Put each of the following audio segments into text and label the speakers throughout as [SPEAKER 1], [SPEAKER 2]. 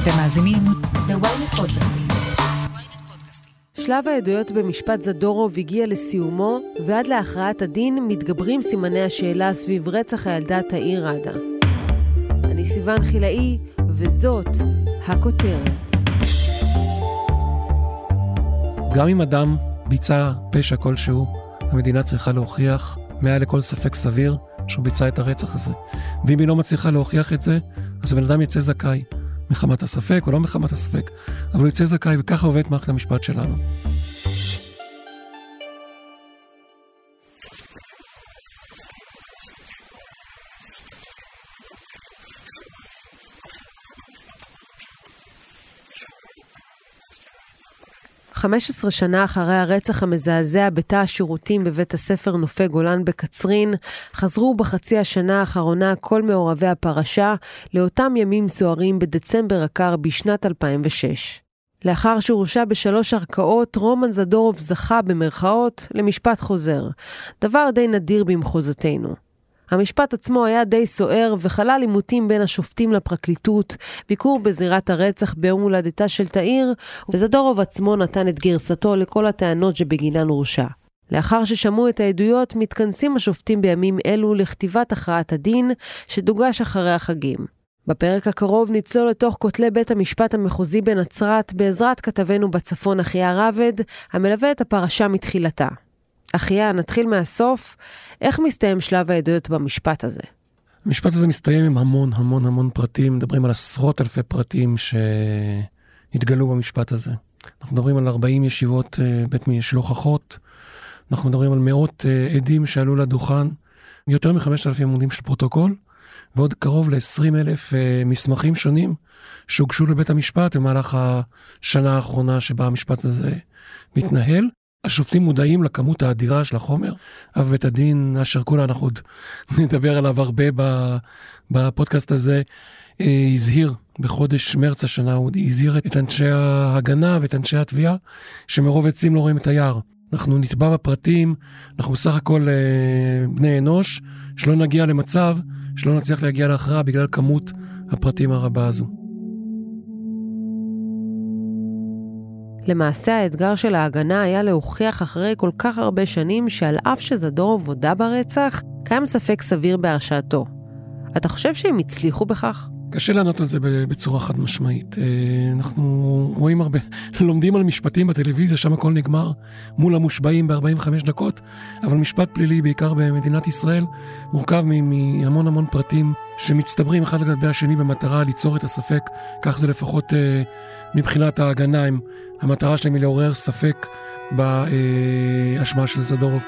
[SPEAKER 1] אתם מאזינים ל-ynet פודקאסטים.
[SPEAKER 2] שלב העדויות במשפט זדורוב הגיע לסיומו, ועד להכרעת הדין מתגברים סימני השאלה סביב רצח הילדה תאיר ראדה. אני סיוון חילאי, וזאת הכותרת.
[SPEAKER 3] גם אם אדם ביצע פשע כלשהו, המדינה צריכה להוכיח מעל לכל ספק סביר שהוא ביצע את הרצח הזה. ואם היא לא מצליחה להוכיח את זה, אז הבן אדם יצא זכאי. מחמת הספק או לא מחמת הספק, אבל הוא יצא זכאי, וככה עובד מערכת המשפט שלנו.
[SPEAKER 2] "15 שנה אחרי הרצח המזעזע בתא השירותים בבית הספר נופי גולן בקצרין, חזרו בחצי השנה האחרונה כל מעורבי הפרשה לאותם ימים סוערים בדצמבר הקר בשנת 2006. לאחר שהורשע ב3 ערכאות, רומן זדורוב זכה במרכאות למשפט חוזר, דבר די נדיר במחוזתנו. המשפט עצמו היה די סוער וחלל עימותים בין השופטים לפרקליטות, ביקור בזירת הרצח ביום הולדתה של תאיר, וזדורוב עצמו נתן את גרסתו לכל הטענות שבגינן הורשע. לאחר ששמעו את העדויות, מתכנסים השופטים בימים אלו לכתיבת הכרעת הדין שדוגש אחרי החגים. בפרק הקרוב נצלול לתוך כותלי בית המשפט המחוזי בנצרת בעזרת כתבנו בצפון אחיה רבד, המלווה את הפרשה מתחילתה. אחיה, נתחיל מהסוף. איך מסתיים שלב העדויות במשפט הזה?
[SPEAKER 3] המשפט הזה מסתיים עם המון פרטים. מדברים על עשרות אלפי פרטים שהתגלו במשפט הזה. אנחנו מדברים על 40 ישיבות בית של הוכחות. אנחנו מדברים על מאות עדים שעלו לדוכן, יותר מ5,000 עמודים של פרוטוקול, ועוד קרוב ל20,000 מסמכים שונים שהוגשו לבית המשפט במהלך השנה האחרונה שבה המשפט הזה מתנהל. השופטים מודעים לכמות האדירה של החומר, אב בית הדין אשר כולה, אנחנו עוד נדבר עליו הרבה בפודקאסט הזה, הזהיר בחודש מרץ השנה, הוא הזהיר את אנשי ההגנה ואת אנשי התביעה, שמרוב עצים לא רואים את היער. אנחנו נטבע בפרטים, אנחנו בסך הכל בני אנוש, שלא נגיע למצב, שלא נצליח להגיע להכרעה בגלל כמות הפרטים הרבה הזו.
[SPEAKER 2] למעשה האתגר של ההגנה היה להוכיח אחרי כל כך הרבה שנים שעל אף שזדורוב הודה ברצח, קיים ספק סביר בהרשעתו. אתה חושב שהם הצליחו בכך?
[SPEAKER 3] קשה לענות על זה בצורה חד משמעית. אנחנו רואים הרבה, לומדים על משפטים בטלוויזיה, שם הכל נגמר מול המושבעים ב45 דקות, אבל משפט פלילי, בעיקר במדינת ישראל, מורכב מהמון פרטים שמצטברים אחד לגבי השני במטרה ליצור את הספק. כך זה לפחות מבחינת ההגנה, המטרה שלהם היא לעורר ספק באשמה של זדורוב.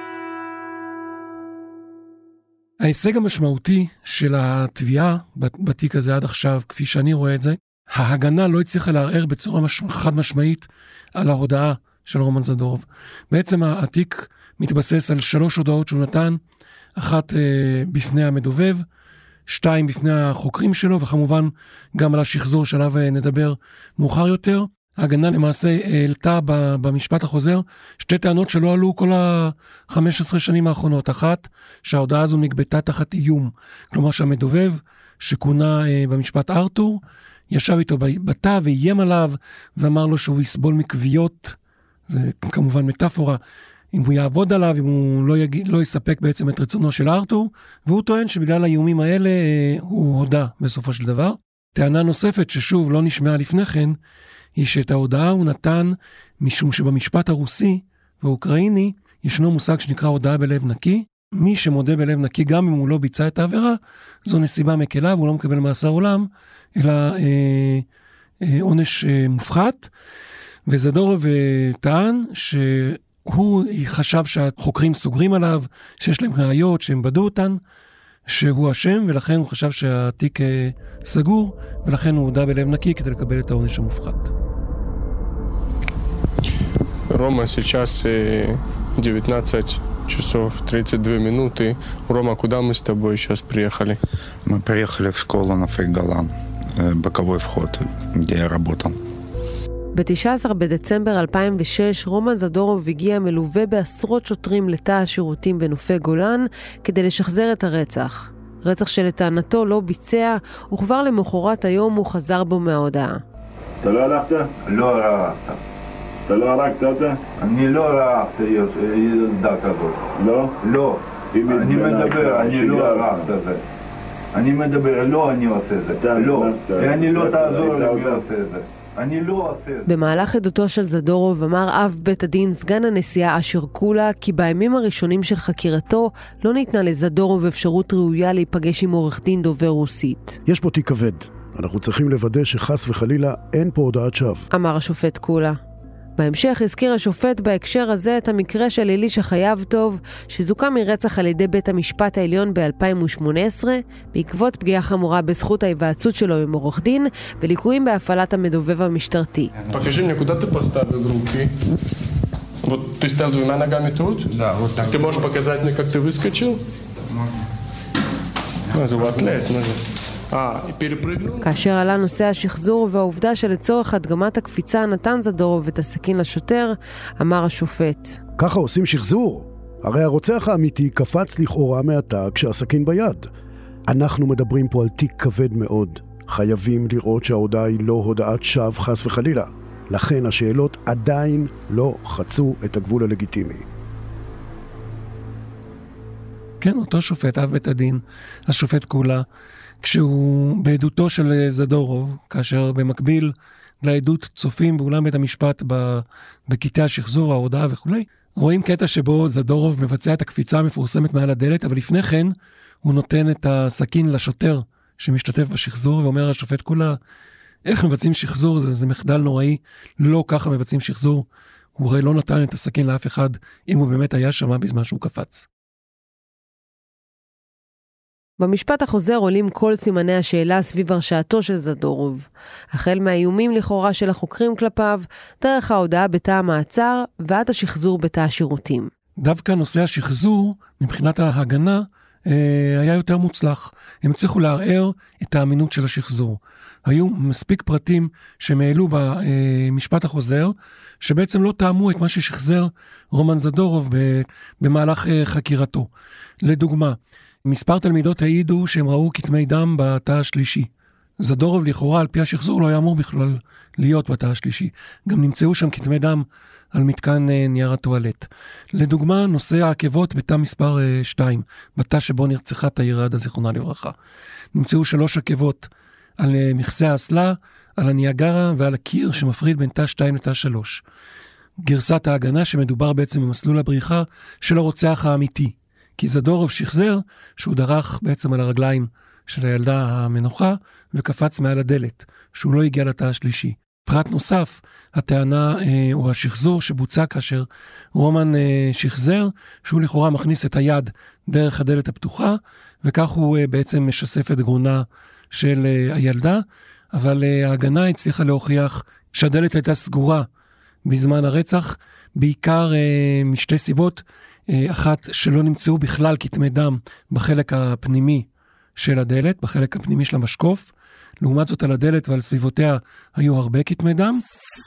[SPEAKER 3] ההישג המשמעותי של התביעה בתיק הזה עד עכשיו, כפי שאני רואה את זה, ההגנה לא הצליחה לערער בצורה חד משמעית על ההודעה של רומן זדורוב. בעצם התיק מתבסס על 3 הודעות שהוא נתן, אחת בפני המדובב, 2 בפני החוקרים שלו, וכמובן גם על השחזור שעליו נדבר מאוחר יותר. ההגנה למעשה העלתה במשפט החוזר 2 טענות שלא עלו כל 15 שנים האחרונות. אחת, שההודעה הזו נגבתה תחת איום. כלומר שהמדובב, שכונה במשפט ארתור, ישב איתו בתא ואיים עליו, ואמר לו שהוא יסבול מכוויות, זה כמובן מטאפורה, אם הוא יעבוד עליו, אם הוא לא יספק בעצם את רצונו של ארתור, והוא טוען שבגלל האיומים האלה הוא הודה בסופו של דבר. טענה נוספת ששוב לא נשמעה לפני כן, היא שאת ההודעה הוא נתן משום שבמשפט הרוסי והאוקראיני ישנו מושג שנקרא הודעה בלב נקי. מי שמודה בלב נקי, גם אם הוא לא ביצע את העבירה, זו נסיבה מקלה והוא לא מקבל מאסר עולם, אלא עונש מופחת. וזדורוב טען שהוא חשב שהחוקרים סוגרים עליו, שיש להם ראיות שהם בדו אותן, שהוא אשם, ולכן הוא חשב שהתיק סגור, ולכן הוא הודה בלב נקי כדי לקבל את העונש המופחת.
[SPEAKER 4] Рома, сейчас 19 часов 32 минуты. Рома, куда мы с тобой сейчас приехали?
[SPEAKER 5] Мы приехали в школу на Фейгалан, боковой вход, где я работал.
[SPEAKER 2] ב-19 בדצמבר 2006 רומן זדורוב הגיע מלווה בעשרות שוטרים לתא השירותים בנופי גולן כדי לשחזר את הרצח. רצח שלטענתו לא ביצע, וכבר למחרת היום הוא חזר בו מההודעה.
[SPEAKER 6] אתה לא הלכת?
[SPEAKER 7] לא הלכת.
[SPEAKER 6] אתה לא הרגת אותה?
[SPEAKER 7] אני לא הלכתי ילדה כזאת.
[SPEAKER 6] לא?
[SPEAKER 7] לא. אני מדבר, אני לא הלכת את זה. אני מדבר, לא אני עושה זה. לא. אני לא תעזור לי מי עושה זה. אני לא עושה זה.
[SPEAKER 2] במהלך עדותו של זדורוב אמר אב בית הדין סגן הנשיאה אשר קולה כי בימים הראשונים של חקירתו לא ניתנה לזדורוב אפשרות ראויה להיפגש עם עורך דין דובר רוסית.
[SPEAKER 8] יש פה תיק כבד. אנחנו צריכים לוודא שחס וחלילה אין פה הודעת שווא.
[SPEAKER 2] אמר השופט קולה. בהמשך הזכיר השופט בהקשר הזה את המקרה של אלישע חייבטוב, שזוכה מרצח על ידי בית המשפט העליון ב-2018, בעקבות פגיעה חמורה בזכות ההיוועצות שלו עם עורך דין, וליקויים בהפעלת המדובב המשטרתי.
[SPEAKER 4] Покажи мне, куда ты поставил руки. Вот ты стоял двумя ногами тут?
[SPEAKER 5] Да, вот так.
[SPEAKER 4] Ты можешь показать мне, как ты выскочил? מה זה, הוא אתלט, מה זה?
[SPEAKER 2] כאשר עלה נושא השחזור והעובדה שלצורך הדגמת הקפיצה נתן זדורוב את הסכין לשוטר, אמר השופט.
[SPEAKER 8] ככה עושים שחזור? הרי הרוצח האמיתי קפץ לכאורה מהתא כשהסכין ביד. אנחנו מדברים פה על תיק כבד מאוד. חייבים לראות שההודעה היא לא הודעת שווא חס וחלילה. לכן השאלות עדיין לא חצו את הגבול הלגיטימי.
[SPEAKER 3] כן, אותו שופט, אב בית הדין, השופט קולה, כשהוא בעדותו של זדורוב, כאשר במקביל לעדות צופים באולם בית המשפט בקטעי השחזור, ההודעה וכו', רואים קטע שבו זדורוב מבצע את הקפיצה המפורסמת מעל הדלת, אבל לפני כן הוא נותן את הסכין לשוטר שמשתתף בשחזור, ואומר השופט קולה, איך מבצעים שחזור? זה מחדל נוראי, לא ככה מבצעים שחזור. הוא הרי לא נתן את הסכין לאף אחד, אם הוא באמת היה שמה בזמן שהוא קפץ.
[SPEAKER 2] במשפט החוזר עולים כל סימני השאלה סביב הרשעתו של זדורוב, החל מהאיומים לכאורה של החוקרים כלפיו, דרך ההודעה בתא המעצר ועד השחזור בתא השירותים.
[SPEAKER 3] דווקא נושא השחזור, מבחינת ההגנה, היה יותר מוצלח. הם הצליחו לערער את האמינות של השחזור. היו מספיק פרטים שהם העלו במשפט החוזר, שבעצם לא טעמו את מה ששחזר רומן זדורוב במהלך חקירתו. לדוגמה, מספר תלמידות העידו שהם ראו כתמי דם בתא השלישי. זדורוב לכאורה על פי השחזור לא היה אמור בכלל להיות בתא השלישי. גם נמצאו שם כתמי דם על מתקן נייר הטואלט. לדוגמה, נושא העקבות בתא מספר 2, בתא שבו נרצחה תאיר ראדה זיכרונה לברכה. נמצאו 3 עקבות על מכסה האסלה, על הניאגרה ועל הקיר שמפריד בין תא 2 לתא 3. גרסת ההגנה שמדובר בעצם במסלול הבריחה של הרוצח האמיתי. כי זדורוב שחזר שהוא דרך בעצם על הרגליים של הילדה המנוחה וקפץ מעל הדלת, שהוא לא הגיע לתא השלישי. פרט נוסף, הטענה או השחזור שבוצע כאשר רומן שחזר, שהוא לכאורה מכניס את היד דרך הדלת הפתוחה, וכך הוא בעצם משסף את גרונה של הילדה, אבל ההגנה הצליחה להוכיח שהדלת הייתה סגורה בזמן הרצח, בעיקר משתי סיבות, אחת שלא נמצאו בכלל כתמי דם בחלק הפנימי של הדלת, בחלק הפנימי של המשקוף, לעומת זאת על הדלת ועל סביבותיה היו הרבה כתמי דם.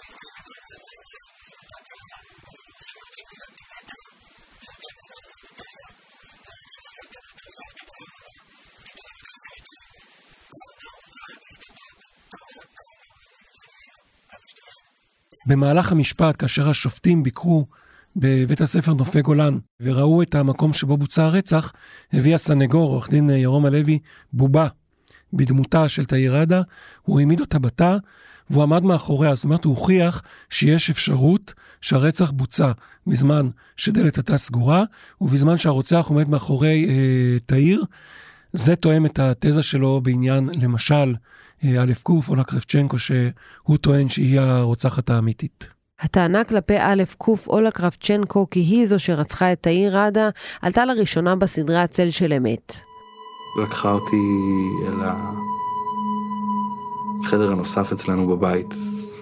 [SPEAKER 3] במהלך המשפט, כאשר השופטים ביקרו בבית הספר נופי גולן וראו את המקום שבו בוצע הרצח, הביא הסנגור, עורך דין ירום הלוי, בובה בדמותה של תאיר ראדה, הוא העמיד אותה בתא והוא עמד מאחוריה, זאת אומרת הוא הוכיח שיש אפשרות שהרצח בוצע בזמן שדלת התא סגורה ובזמן שהרוצח עומד מאחורי תאיר. זה תואם את התזה שלו בעניין למשל א' קוף אולה קרבצ'נקו, שהוא טוען שהיא הרוצחת האמיתית.
[SPEAKER 2] הטענה כלפי א' קוף אולה קרבצ'נקו כי היא זו שרצחה את תאיר ראדה עלתה לראשונה בסדרה הצל של אמת.
[SPEAKER 9] לקחה אותי אל החדר הנוסף אצלנו בבית.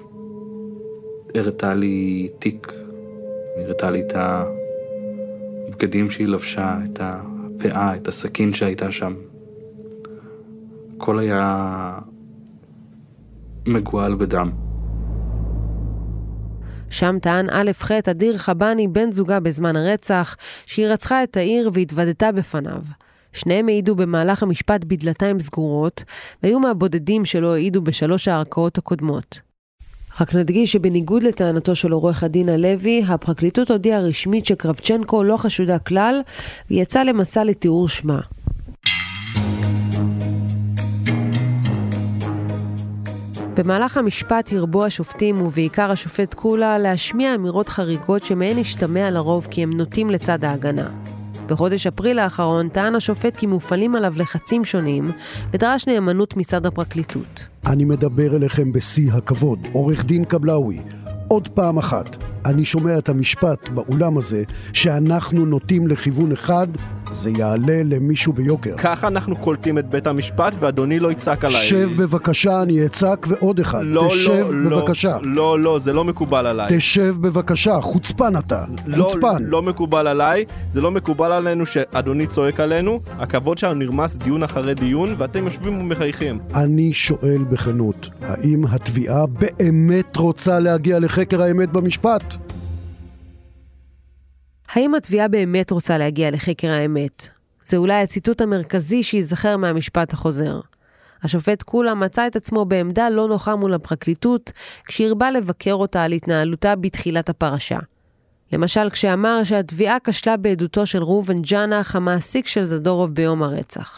[SPEAKER 9] הראתה לי תיק, הראתה לי את הבגדים שהיא לבשה, את הפאה, את הסכין שהייתה שם. הכל היה מגואל בדם.
[SPEAKER 2] שם טען א' ח' אדיר חבני בן זוגה בזמן הרצח שהיא רצחה את תאיר והתוודתה בפניו. שניהם העידו במהלך המשפט בדלתיים סגורות, והיו מהבודדים שלא העידו בשלוש הערכאות הקודמות. רק נדגיש שבניגוד לטענתו של עורך הדין הלוי, הפרקליטות הודיעה רשמית שקרבצ'נקו לא חשודה כלל, ויצא למסע לתיאור שמה. במהלך המשפט הרבו השופטים ובעיקר השופט קולה להשמיע אמירות חריגות שמהן השתמע לרוב כי הם נוטים לצד ההגנה. בחודש אפריל האחרון טען השופט כי מופעלים עליו לחצים שונים ודרש נאמנות מצד הפרקליטות.
[SPEAKER 8] אני מדבר אליכם בשיא הכבוד, עורך דין קבלאוי. עוד פעם אחת, אני שומע את המשפט באולם הזה שאנחנו נוטים לכיוון אחד, זה יעלה למישהו ביוקר.
[SPEAKER 10] ככה אנחנו קולטים את בית המשפט ואדוני לא יצעק עליי.
[SPEAKER 8] שב בבקשה, אני אצעק ועוד אחד.
[SPEAKER 10] לא,
[SPEAKER 8] תשב
[SPEAKER 10] לא,
[SPEAKER 8] בבקשה.
[SPEAKER 10] לא, זה לא מקובל עליי.
[SPEAKER 8] תשב בבקשה, חוצפן אתה. חוצפן.
[SPEAKER 10] לא מקובל עליי, זה לא מקובל עלינו שאדוני צועק עלינו, הכבוד שלנו נרמס דיון אחרי דיון ואתם יושבים ומחייכים.
[SPEAKER 8] אני שואל בכנות, האם התביעה באמת רוצה להגיע לחקר האמת במשפט?
[SPEAKER 2] האם התביעה באמת רוצה להגיע לחקר האמת? זה אולי הציטוט המרכזי שיזכר מהמשפט החוזר. השופט קולה מצא את עצמו בעמדה לא נוחה מול הפרקליטות, כשהרבה לבקר אותה על התנהלותה בתחילת הפרשה. למשל, כשאמר שהתביעה כשלה בעדותו של ראובן ג'אנח, המעסיק של זדורוב ביום הרצח.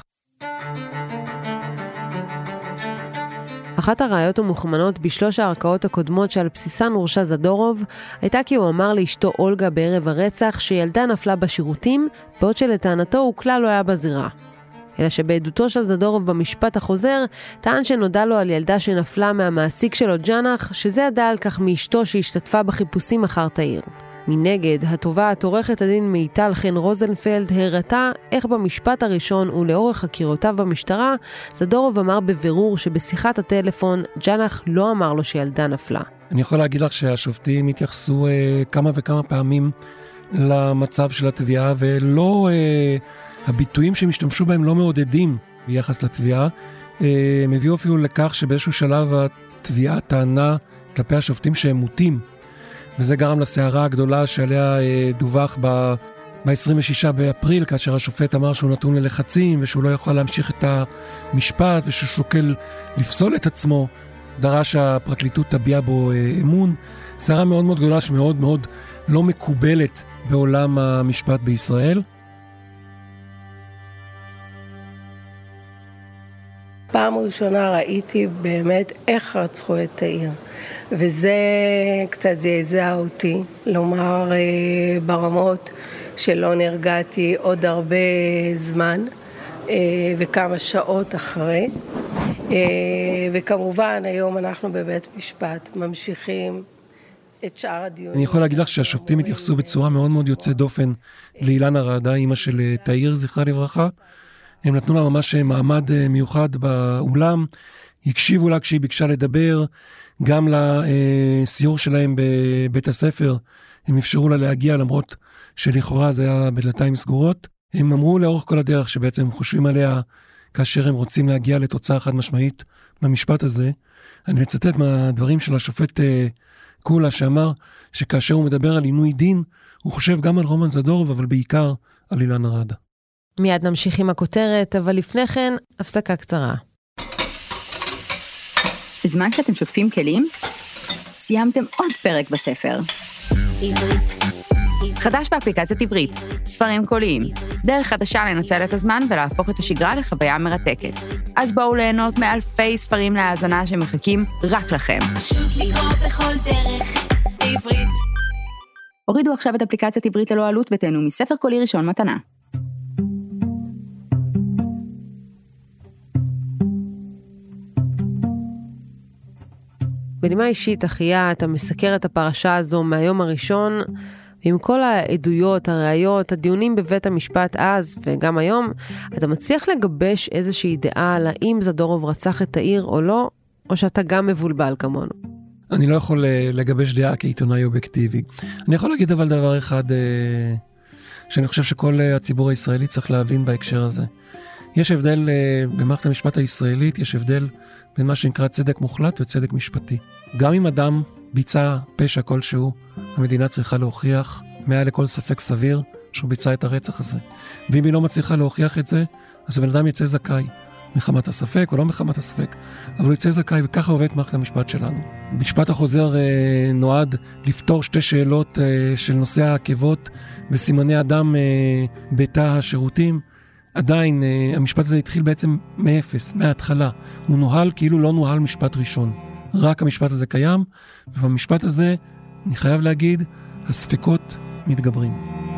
[SPEAKER 2] אחת הראיות המוכמנות בשלוש הערכאות הקודמות שעל בסיסן הורשע זדורוב, הייתה כי הוא אמר לאשתו אולגה בערב הרצח שילדה נפלה בשירותים, בעוד שלטענתו הוא כלל לא היה בזירה. אלא שבעדותו של זדורוב במשפט החוזר, טען שנודע לו על ילדה שנפלה מהמעסיק שלו ג'אנח, שזה ידע על כך מאשתו שהשתתפה בחיפושים אחר תאיר. מנגד, התובעת עורכת הדין מיטל חן רוזנפלד הראתה איך במשפט הראשון ולאורך חקירותיו במשטרה, זדורוב אמר בבירור שבשיחת הטלפון ג'אנח לא אמר לו שילדה נפלה.
[SPEAKER 3] אני יכול להגיד לך שהשופטים התייחסו כמה וכמה פעמים למצב של התביעה, ולא הביטויים שהם השתמשו בהם לא מעודדים ביחס לתביעה. הם הביאו אפילו לכך שבאיזשהו שלב התביעה טענה כלפי השופטים שהם מוטים, וזה גרם לסערה הגדולה שעליה דווח ב-26 באפריל, כאשר השופט אמר שהוא נתון ללחצים ושהוא לא יכול להמשיך את המשפט ושהוא שוקל לפסול את עצמו, דרש הפרקליטות תביע בו אמון. סערה מאוד מאוד גדולה שמאוד מאוד לא מקובלת בעולם המשפט בישראל.
[SPEAKER 11] פעם ראשונה ראיתי באמת איך רצחו את תאיר. וזה קצת זעזע אותי, לומר ברמות שלא נרגעתי עוד הרבה זמן וכמה שעות אחרי. וכמובן היום אנחנו בבית משפט ממשיכים את שאר הדיונים.
[SPEAKER 3] אני יכול להגיד לך שהשופטים התייחסו בצורה מאוד מאוד יוצאת דופן לאילנה רעדה, אמא של תאיר זכרה לברכה. הם נתנו לה ממש מעמד מיוחד באולם, הקשיבו לה כשהיא ביקשה לדבר, גם לסיור שלהם בבית הספר, הם אפשרו לה להגיע למרות שלכאורה זה היה בדלתיים סגורות. הם אמרו לאורך כל הדרך שבעצם הם חושבים עליה כאשר הם רוצים להגיע לתוצאה חד משמעית במשפט הזה. אני מצטט מהדברים של השופט קולה שאמר שכאשר הוא מדבר על עינוי דין, הוא חושב גם על רומן זדורוב אבל בעיקר על אילנה רעדה.
[SPEAKER 2] מיד נמשיך עם הכותרת, אבל לפני כן הפסקה קצרה.
[SPEAKER 12] בזמן שאתם שוטפים כלים, סיימתם עוד פרק בספר. עברית. חדש באפליקציית עברית, ספרים קוליים, דרך חדשה לנצל את הזמן ולהפוך את השגרה לחוויה מרתקת. אז בואו ליהנות מאלפי ספרים להאזנה שמחכים רק לכם.
[SPEAKER 13] פשוט לקרוא בכל דרך, בעברית.
[SPEAKER 12] הורידו עכשיו את אפליקציית עברית ללא עלות ותהנו מספר קולי ראשון מתנה.
[SPEAKER 2] בנימה אישית, אחיה, אתה מסקר את הפרשה הזו מהיום הראשון, ועם כל העדויות, הראיות, הדיונים בבית המשפט אז וגם היום, אתה מצליח לגבש איזושהי דעה על האם זדורוב רצח את תאיר או לא, או שאתה גם מבולבל כמונו?
[SPEAKER 3] אני לא יכול לגבש דעה כעיתונאי אובייקטיבי. אני יכול להגיד אבל דבר אחד, שאני חושב שכל הציבור הישראלי צריך להבין בהקשר הזה. יש הבדל במערכת המשפט הישראלית, יש הבדל בין מה שנקרא צדק מוחלט וצדק משפטי. גם אם אדם ביצע פשע כלשהו, המדינה צריכה להוכיח מעל לכל ספק סביר שהוא ביצע את הרצח הזה. ואם היא לא מצליחה להוכיח את זה, אז הבן אדם יצא זכאי. מחמת הספק או לא מחמת הספק, אבל הוא יצא זכאי, וככה עובד מערכת המשפט שלנו. משפט החוזר נועד לפתור שתי שאלות של נושא העקבות וסימני אדם בתא השירותים. עדיין המשפט הזה התחיל בעצם מאפס, מההתחלה. הוא נוהל כאילו לא נוהל משפט ראשון. רק המשפט הזה קיים, ובמשפט הזה, אני חייב להגיד, הספקות מתגברים.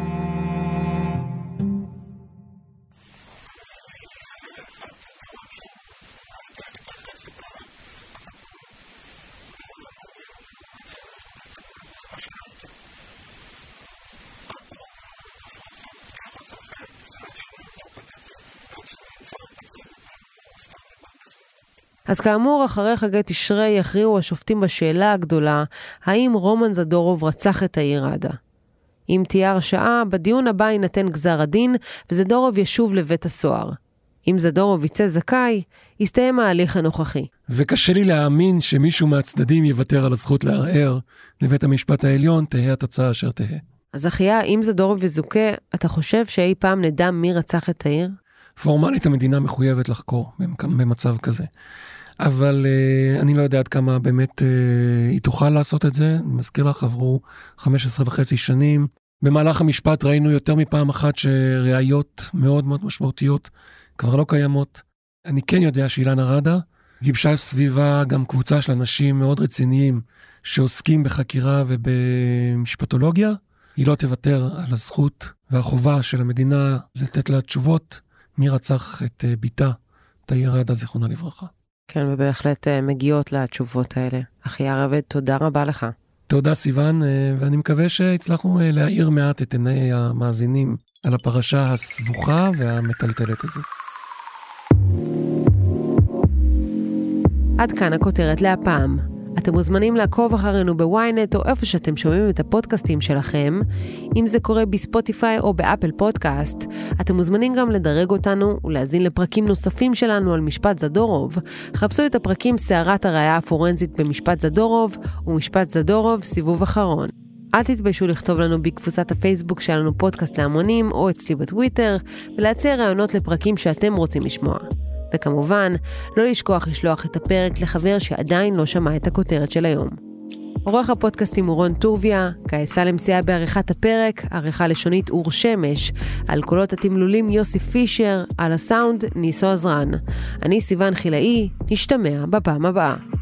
[SPEAKER 2] אז כאמור, אחרי חגי תשרי יכריעו השופטים בשאלה הגדולה, האם רומן זדורוב רצח את העיר עדה. אם תהיה הרשעה, בדיון הבא יינתן גזר הדין, וזדורוב ישוב לבית הסוהר. אם זדורוב יצא זכאי, יסתיים ההליך הנוכחי.
[SPEAKER 3] וקשה לי להאמין שמישהו מהצדדים יוותר על הזכות לערער לבית המשפט העליון, תהיה התוצאה אשר תהיה.
[SPEAKER 2] אז אחיה, אם זדורוב יזוכה, אתה חושב שאי פעם נדע מי רצח את העיר?
[SPEAKER 3] פורמלית המדינה מחויבת לחקור במצב כזה. אבל אני לא יודע עד כמה באמת היא תוכל לעשות את זה. אני מזכיר לך, עברו 15.5 שנים. במהלך המשפט ראינו יותר מפעם אחת שראיות מאוד מאוד משמעותיות כבר לא קיימות. אני כן יודע שאילנה רדה גיבשה סביבה גם קבוצה של אנשים מאוד רציניים שעוסקים בחקירה ובמשפטולוגיה. היא לא תוותר על הזכות והחובה של המדינה לתת לה תשובות מי רצח את ביתה, תאיר רדה, זיכרונה לברכה.
[SPEAKER 2] כן, ובהחלט מגיעות לתשובות האלה. אחיה רבד, תודה רבה לך.
[SPEAKER 3] תודה סיוון, ואני מקווה שהצלחנו להאיר מעט את עיני המאזינים על הפרשה הסבוכה והמטלטלת הזו.
[SPEAKER 2] עד כאן הכותרת להפעם. אתם מוזמנים לעקוב אחרינו בוויינט או איפה שאתם שומעים את הפודקאסטים שלכם. אם זה קורה בספוטיפיי או באפל פודקאסט, אתם מוזמנים גם לדרג אותנו ולהזין לפרקים נוספים שלנו על משפט זדורוב. חפשו את הפרקים סערת הראייה הפורנזית במשפט זדורוב ומשפט זדורוב סיבוב אחרון. אל תתביישו לכתוב לנו בקבוצת הפייסבוק שלנו פודקאסט להמונים או אצלי בטוויטר ולהציע רעיונות לפרקים שאתם רוצים לשמוע. וכמובן, לא לשכוח לשלוח את הפרק לחבר שעדיין לא שמע את הכותרת של היום. עורך הפודקאסטים הוא רון טורביה, כעסה סייע בעריכת הפרק, עריכה לשונית אור שמש, על קולות התמלולים יוסי פישר, על הסאונד ניסו עזרן. אני סיוון חילאי, נשתמע בפעם הבאה.